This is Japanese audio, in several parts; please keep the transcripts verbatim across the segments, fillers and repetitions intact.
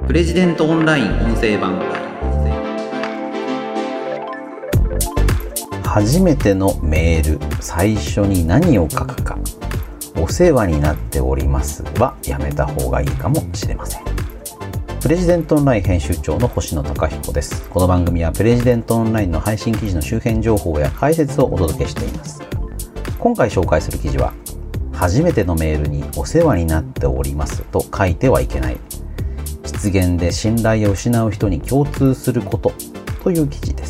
プレジデントオンライン音声版。 初めてのメール、最初に何を書くか。お世話になっておりますはやめた方がいいかもしれません。プレジデントオンライン編集長の星野貴彦です。この番組はプレジデントオンラインの配信記事の周辺情報や解説をお届けしています。今回紹介する記事は、初めてのメールにお世話になっておりますと書いてはいけない。失言で信頼を失う人に共通することという記事です。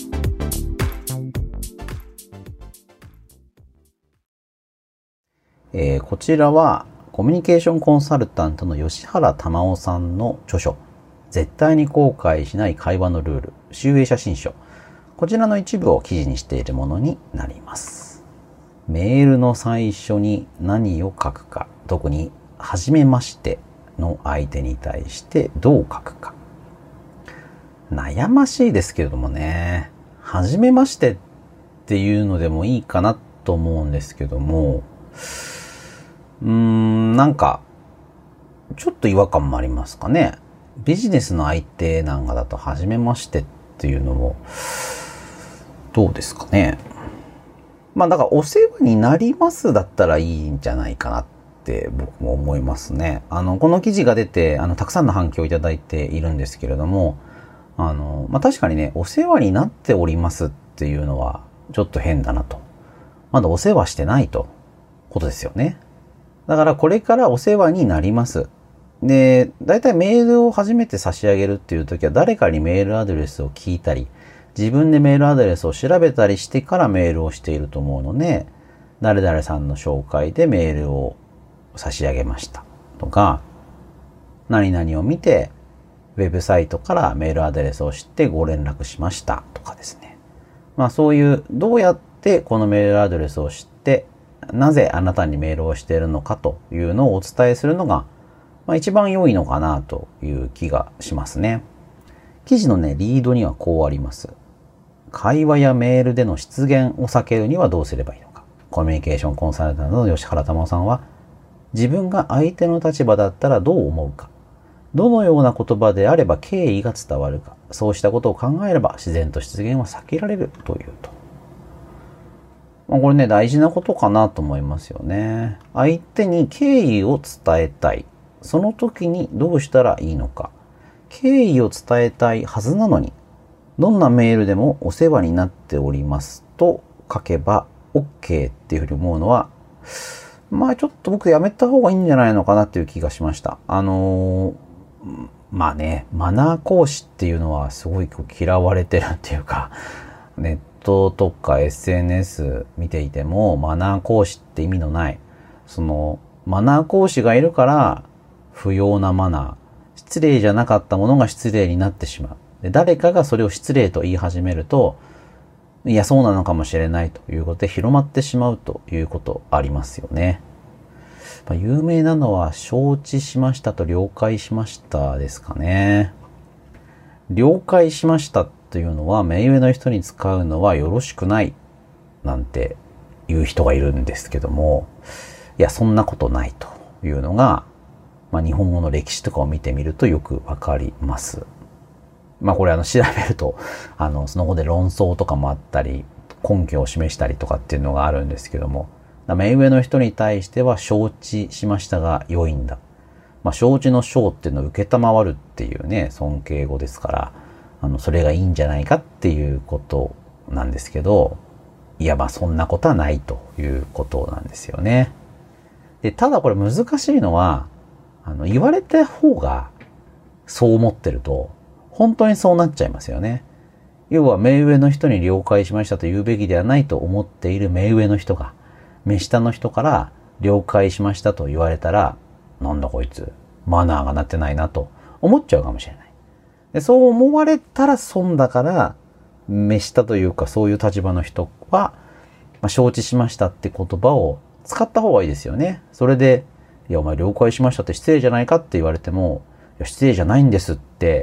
えー、こちらはコミュニケーションコンサルタントの吉原珠緒さんの著書、絶対に後悔しない会話のルール、集英写真書。こちらの一部を記事にしているものになります。メールの最初に何を書くか、特に初めましての相手に対してどう書くか。悩ましいですけれどもね、初めましてっていうのでもいいかなと思うんですけども、うーん、なんか、ちょっと違和感もありますかね。ビジネスの相手なんかだと、初めましてっていうのも、どうですかね。まあ、だからお世話になりますだったらいいんじゃないかなって僕も思いますね。あの、この記事が出て、あの、たくさんの反響をいただいているんですけれども、あの、まあ、確かにね、お世話になっておりますっていうのは、ちょっと変だなと。まだお世話してないと、ことですよね。だからこれからお世話になります。で、だいたいメールを初めて差し上げるっていう時は誰かにメールアドレスを聞いたり、自分でメールアドレスを調べたりしてからメールをしていると思うので、誰々さんの紹介でメールを差し上げましたとか、何々を見てウェブサイトからメールアドレスを知ってご連絡しましたとかですね。まあそういうどうやってこのメールアドレスを知ってなぜあなたにメールをしているのかというのをお伝えするのが、まあ、一番良いのかなという気がしますね。記事のね、リードにはこうあります。会話やメールでの失言を避けるにはどうすればいいのか。コミュニケーションコンサルタントの吉原珠緒さんは、自分が相手の立場だったらどう思うか。どのような言葉であれば敬意が伝わるか。そうしたことを考えれば自然と失言は避けられるというと。これね、大事なことかなと思いますよね。相手に敬意を伝えたい。その時にどうしたらいいのか。敬意を伝えたいはずなのに、どんなメールでもお世話になっておりますと書けば OK っていうふうに思うのは、まあちょっと僕やめた方がいいんじゃないのかなっていう気がしました。あのー、まあね、マナー講師っていうのはすごい嫌われてるっていうか、ネットとか エスエヌエス 見ていてもマナー講師って意味のない、そのマナー講師がいるから不要なマナー、失礼じゃなかったものが失礼になってしまう。で、誰かがそれを失礼と言い始めると、いやそうなのかもしれないということで広まってしまうということありますよね。まあ、有名なのは承知しましたと了解しましたですかね。了解しましたというのは目上の人に使うのはよろしくないなんて言う人がいるんですけども、いやそんなことないというのが、まあ、日本語の歴史とかを見てみるとよくわかります。まあこれあの調べるとあのその後で論争とかもあったり根拠を示したりとかっていうのがあるんですけども、目上の人に対しては承知しましたが良いんだ。まあ承知の承っていうのを受けたまわるっていうね尊敬語ですから、あのそれがいいんじゃないかっていうことなんですけど、いやまあそんなことはないということなんですよね。でただこれ難しいのは、あの言われた方がそう思ってると本当にそうなっちゃいますよね。要は目上の人に了解しましたと言うべきではないと思っている目上の人が目下の人から了解しましたと言われたら、なんだこいつマナーがなってないなと思っちゃうかもしれない。でそう思われたら損だから、目下というかそういう立場の人は、まあ、承知しましたって言葉を使った方がいいですよね。それで、いやお前了解しましたって失礼じゃないかって言われても、いや失礼じゃないんですって、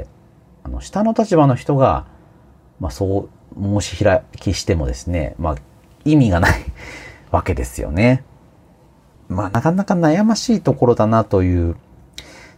あの下の立場の人が、まあそう申し開きしてもですね、まあ意味がないわけですよね。まあなかなか悩ましいところだなという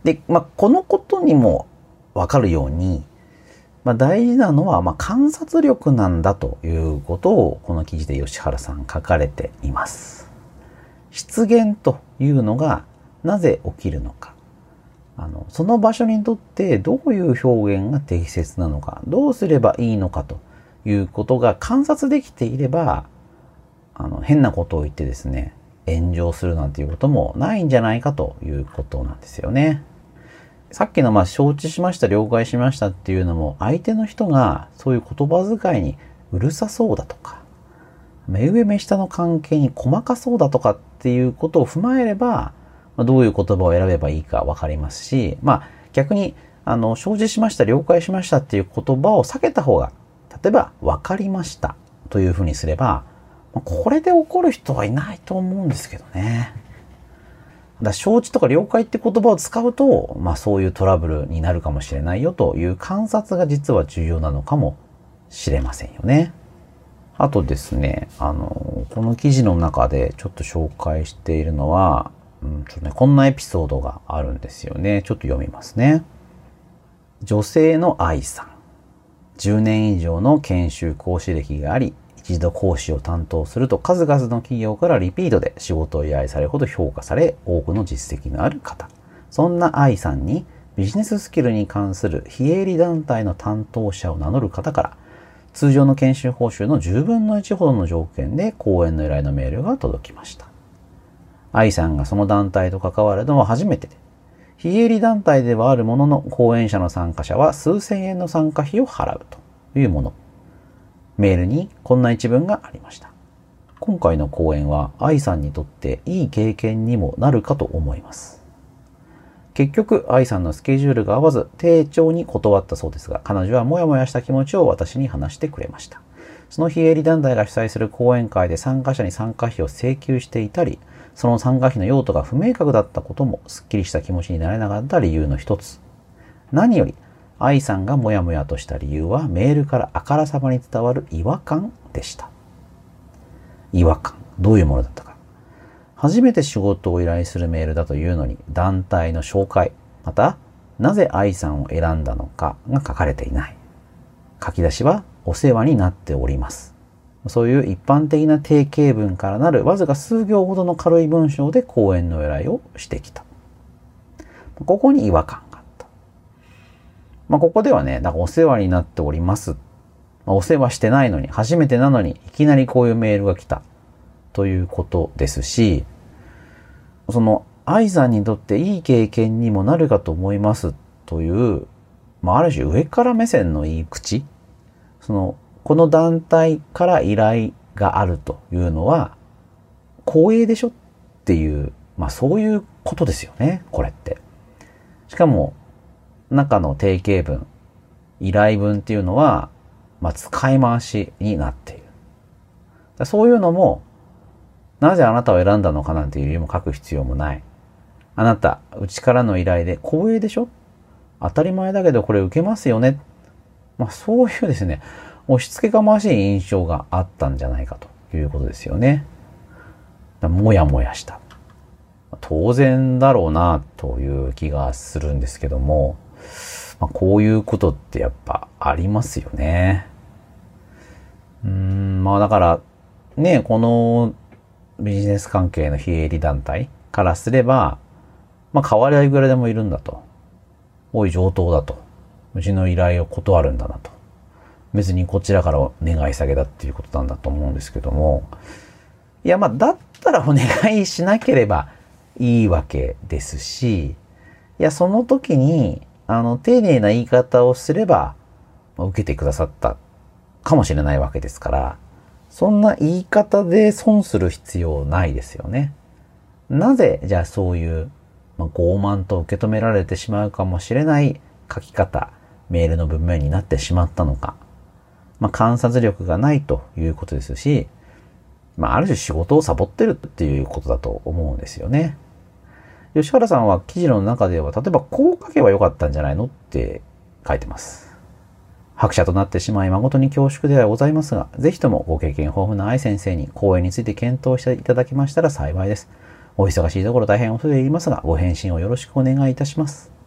で、まあ、このことにもわかるように、まあ、大事なのは、まあ、観察力なんだということを、この記事で吉原さん書かれています。失言というのがなぜ起きるのか。あの、その場所にとってどういう表現が適切なのか、どうすればいいのかということが観察できていれば、あの、変なことを言ってですね、炎上するなんていうこともないんじゃないかということなんですよね。さっきのまあ承知しました、了解しましたっていうのも、相手の人がそういう言葉遣いにうるさそうだとか、目上目下の関係に細かそうだとかっていうことを踏まえれば、どういう言葉を選べばいいかわかりますし、まあ逆に、あの、承知しました、了解しましたっていう言葉を避けた方が、例えば、わかりましたというふうにすれば、これで怒る人はいないと思うんですけどね。だ承知とか了解って言葉を使うと、まあそういうトラブルになるかもしれないよという観察が実は重要なのかもしれませんよね。あとですね、あの、この記事の中でちょっと紹介しているのは、うんちょっとね、こんなエピソードがあるんですよね。ちょっと読みますね。女性の愛さん。じゅうねん以上の研修講師歴があり、一度講師を担当すると数々の企業からリピートで仕事を依頼されるほど評価され、多くの実績のある方。そんな愛さんにビジネススキルに関する非営利団体の担当者を名乗る方から、通常の研修報酬のじゅうぶんのいちほどの条件で講演の依頼のメールが届きました。愛さんがその団体と関わるのは初めてで、非営利団体ではあるものの講演者の参加者は数千円の参加費を払うというもの。メールにこんな一文がありました。今回の講演は愛さんにとっていい経験にもなるかと思います。結局愛さんのスケジュールが合わず丁重に断ったそうですが、彼女はモヤモヤした気持ちを私に話してくれました。その非営利団体が主催する講演会で参加者に参加費を請求していたり、その参加費の用途が不明確だったこともすっきりした気持ちになれなかった理由の一つ。何より愛さんがモヤモヤとした理由はメールからあからさまに伝わる違和感でした。違和感。どういうものだったか。初めて仕事を依頼するメールだというのに団体の紹介、またなぜ愛さんを選んだのかが書かれていない。書き出しはお世話になっております。そういう一般的な定型文からなるわずか数行ほどの軽い文章で講演の依頼をしてきた。ここに違和感。まあ、ここではね、なんかお世話になっております。まあ、お世話してないのに、初めてなのに、いきなりこういうメールが来た。ということですし、その、愛さんにとっていい経験にもなるかと思いますという、まあ、ある種上から目線の言い口。その、この団体から依頼があるというのは、光栄でしょっていう、まあそういうことですよね、これって。しかも、中の定型文、依頼文っていうのは、まあ、使い回しになっている。そういうのも、なぜあなたを選んだのかなんていう理由も書く必要もない。あなた、うちからの依頼で光栄でしょ？当たり前だけどこれ受けますよね。まあ、そういうですね、押し付けがましい印象があったんじゃないかということですよね。もやもやした。当然だろうなという気がするんですけども、まあ、こういうことってやっぱありますよね。うーん、まあだからね、このビジネス関係の非営利団体からすれば、まあ代わりはいくらでもいるんだと。おい上等だと。うちの依頼を断るんだなと。別にこちらからお願い下げだっていうことなんだと思うんですけども。いやまあだったらお願いしなければいいわけですし、いやその時にあの、丁寧な言い方をすれば、受けてくださったかもしれないわけですから、そんな言い方で損する必要ないですよね。なぜ、じゃあそういう、まあ、傲慢と受け止められてしまうかもしれない書き方、メールの文面になってしまったのか。まあ、観察力がないということですし、まあ、ある種仕事をサボってるっていうことだと思うんですよね。吉原さんは記事の中では、例えばこう書けばよかったんじゃないのって書いてます。白者となってしまい誠に恐縮ではございますが、ぜひともご経験豊富な愛先生に講演について検討していただけましたら幸いです。お忙しいところ大変恐れ入りますが、ご返信をよろしくお願いいたします。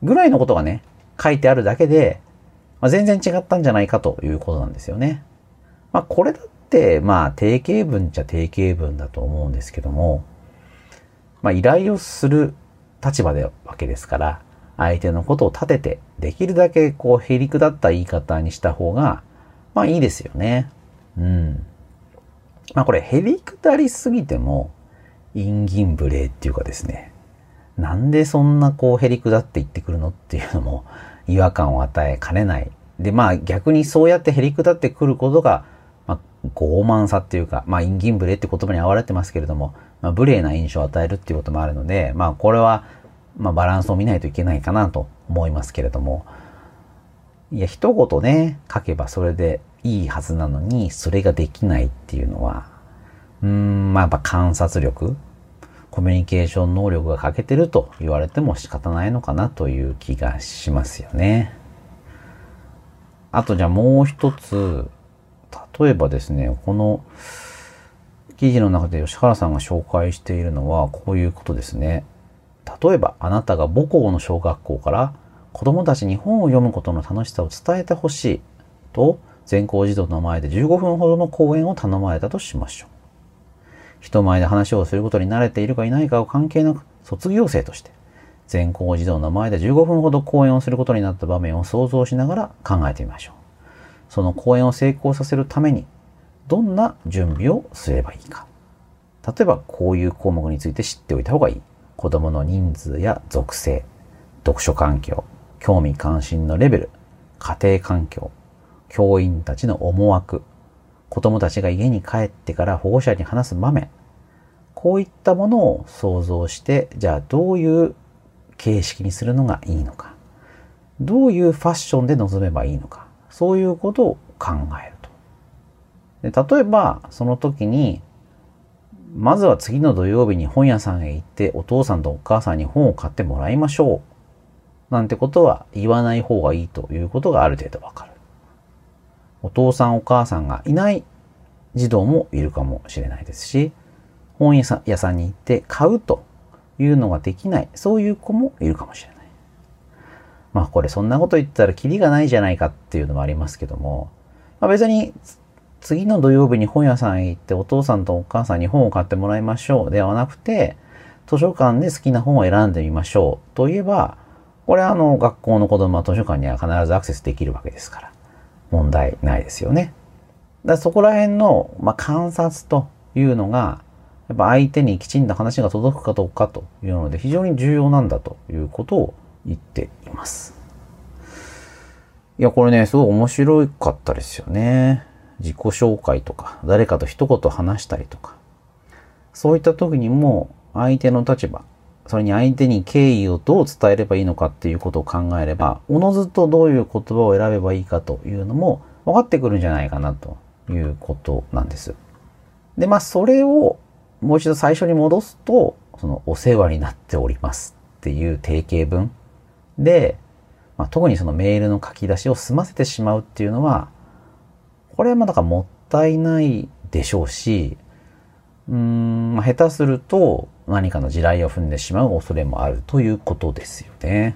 ぐらいのことがね、書いてあるだけで、まあ、全然違ったんじゃないかということなんですよね。まあこれだって、まあ定型文っちゃ定型文だと思うんですけども、まあ依頼をする立場でわけですから、相手のことを立てて、できるだけこうへりくだった言い方にした方が、まあいいですよね。うん。まあこれへりくだりすぎても、陰銀無礼っていうかですね、なんでそんなこうへりくだって言ってくるのっていうのも違和感を与えかねない。で、まあ逆にそうやってへりくだってくることが、まあ傲慢さっていうか、まあ陰銀無礼って言葉に表れてますけれども、まあ無礼な印象を与えるっていうこともあるので、まあこれは、まあバランスを見ないといけないかなと思いますけれども、いや、一言ね、書けばそれでいいはずなのに、それができないっていうのは、うーん、まあやっぱ観察力、コミュニケーション能力が欠けてると言われても仕方ないのかなという気がしますよね。あとじゃあもう一つ、例えばですね、この記事の中で吉原さんが紹介しているのはこういうことですね。例えばあなたが母校の小学校から子供たちに本を読むことの楽しさを伝えてほしいと全校児童の前でじゅうごふんほどの講演を頼まれたとしましょう。人前で話をすることに慣れているかいないかを関係なく卒業生として全校児童の前でじゅうごふんほど講演をすることになった場面を想像しながら考えてみましょう。その講演を成功させるためにどんな準備をすればいいか。例えばこういう項目について知っておいた方がいい。子供の人数や属性、読書環境、興味関心のレベル、家庭環境、教員たちの思惑、子供たちが家に帰ってから保護者に話す場面、こういったものを想像して、じゃあどういう形式にするのがいいのか、どういうファッションで臨めばいいのか、そういうことを考えると。で、例えばその時に、まずは次の土曜日に本屋さんへ行ってお父さんとお母さんに本を買ってもらいましょう。なんてことは言わない方がいいということがある程度わかる。お父さんお母さんがいない児童もいるかもしれないですし、本屋さんに行って買うというのができない、そういう子もいるかもしれない。まあこれそんなこと言ったらキリがないじゃないかっていうのもありますけども、まあ、別に次の土曜日に本屋さんへ行ってお父さんとお母さんに本を買ってもらいましょうではなくて、図書館で好きな本を選んでみましょうといえば、これはあの学校の子供は図書館には必ずアクセスできるわけですから問題ないですよね。だからそこら辺の、まあ、観察というのがやっぱ相手にきちんと話が届くかどうかというので非常に重要なんだということを言っています。いやこれねすごい面白かったですよね。自己紹介とか誰かと一言話したりとか、そういった時にも相手の立場、それに相手に敬意をどう伝えればいいのかっていうことを考えれば、おのずとどういう言葉を選べばいいかというのも分かってくるんじゃないかなということなんです。で、まあそれをもう一度最初に戻すと、そのお世話になっておりますっていう定型文で、まあ、特にそのメールの書き出しを済ませてしまうっていうのは、これはまあだからもったいないでしょうし、うーん、まあ、下手すると何かの地雷を踏んでしまう恐れもあるということですよね。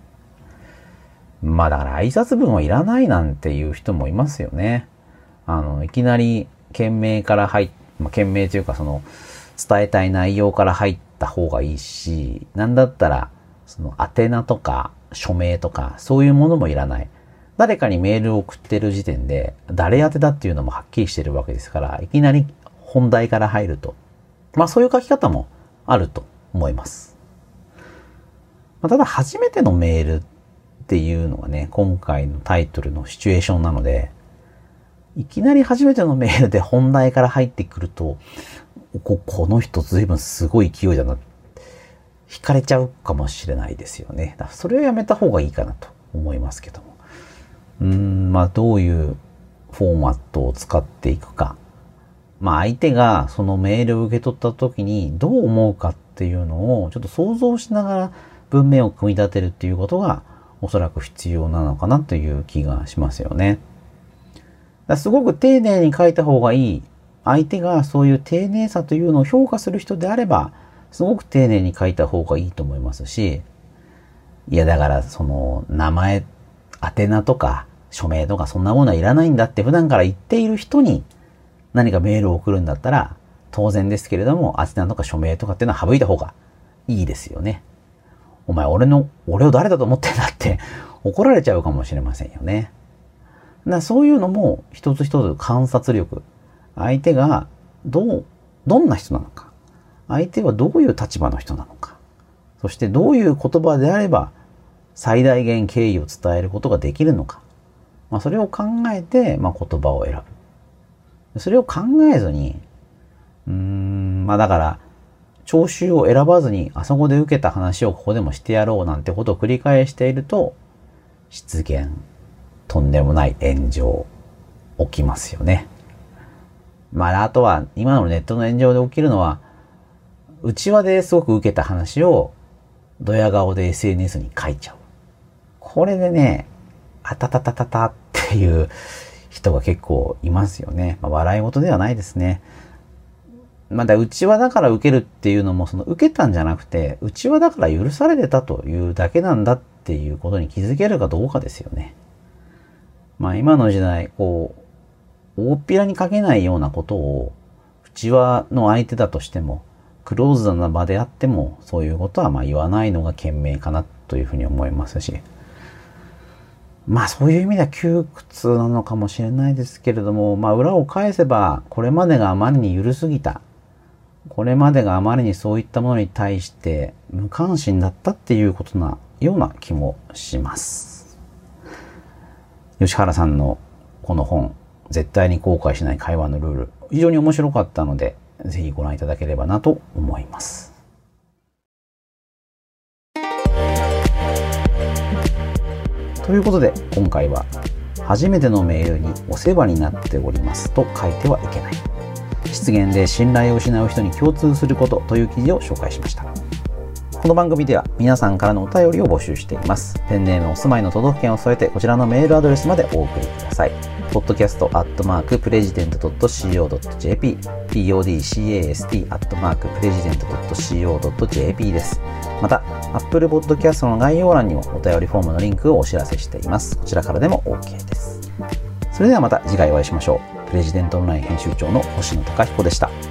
まあだから挨拶文はいらないなんていう人もいますよね。あの、いきなり件名から入っ、まあ、件名というかその伝えたい内容から入った方がいいし、なんだったらその宛名とか署名とかそういうものもいらない。誰かにメールを送ってる時点で誰宛てだっていうのもはっきりしてるわけですから、いきなり本題から入ると、まあそういう書き方もあると思います。まあ、ただ初めてのメールっていうのがね、今回のタイトルのシチュエーションなので、いきなり初めてのメールで本題から入ってくると、こ, この人随分すごい勢いだな、惹かれちゃうかもしれないですよね。だからそれをやめた方がいいかなと思いますけども。うーん、まあどういうフォーマットを使っていくか。まあ相手がそのメールを受け取った時にどう思うかっていうのをちょっと想像しながら文面を組み立てるっていうことがおそらく必要なのかなという気がしますよね。だすごく丁寧に書いた方がいい。相手がそういう丁寧さというのを評価する人であれば、すごく丁寧に書いた方がいいと思いますし、 いやだからその名前、宛名とか署名とかそんなものはいらないんだって普段から言っている人に何かメールを送るんだったら当然ですけれども、宛名とか署名とかっていうのは省いた方がいいですよね。お前俺の、俺を誰だと思ってんだって怒られちゃうかもしれませんよね。だからそういうのも一つ一つ観察力。相手がどう、どんな人なのか。相手はどういう立場の人なのか。そしてどういう言葉であれば最大限敬意を伝えることができるのか。まあそれを考えて、まあ言葉を選ぶ。それを考えずに、うーん、まあだから、聴衆を選ばずにあそこで受けた話をここでもしてやろうなんてことを繰り返していると、失言、とんでもない炎上、起きますよね。まああとは、今のネットの炎上で起きるのは、内輪ですごく受けた話を、ドヤ顔で エスエヌエス に書いちゃう。これでね、あたたたたたっていう人が結構いますよね。まあ、笑い事ではないですね。まだ内輪だから受けるっていうのも、その受けたんじゃなくて、内輪だから許されてたというだけなんだっていうことに気づけるかどうかですよね。まあ今の時代、こう、大っぴらに書けないようなことを、内輪の相手だとしても、クローズな場であっても、そういうことはまあ言わないのが賢明かなというふうに思いますし、まあそういう意味では窮屈なのかもしれないですけれども、まあ裏を返せば、これまでがあまりに緩すぎた。これまでがあまりにそういったものに対して無関心だったっていうことなような気もします。吉原さんのこの本、絶対に後悔しない会話のルール、非常に面白かったので、ぜひご覧いただければなと思います。ということで、今回は初めてのメールにお世話になっておりますと書いてはいけない。失言で信頼を失う人に共通することという記事を紹介しました。この番組では皆さんからのお便りを募集しています。ペンネーム、お住まいの都道府県を添えてこちらのメールアドレスまでお送りください。ポッドキャストアットマークプレジデントドットシーオードットジェーピー ピーオーディーキャスト アットマークプレジデントドットシーオードットジェーピー です。また Apple Podcast の概要欄にもお便りフォームのリンクをお知らせしています。こちらからでも OK です。それではまた次回お会いしましょう。プレジデントオンライン編集長の星野貴彦でした。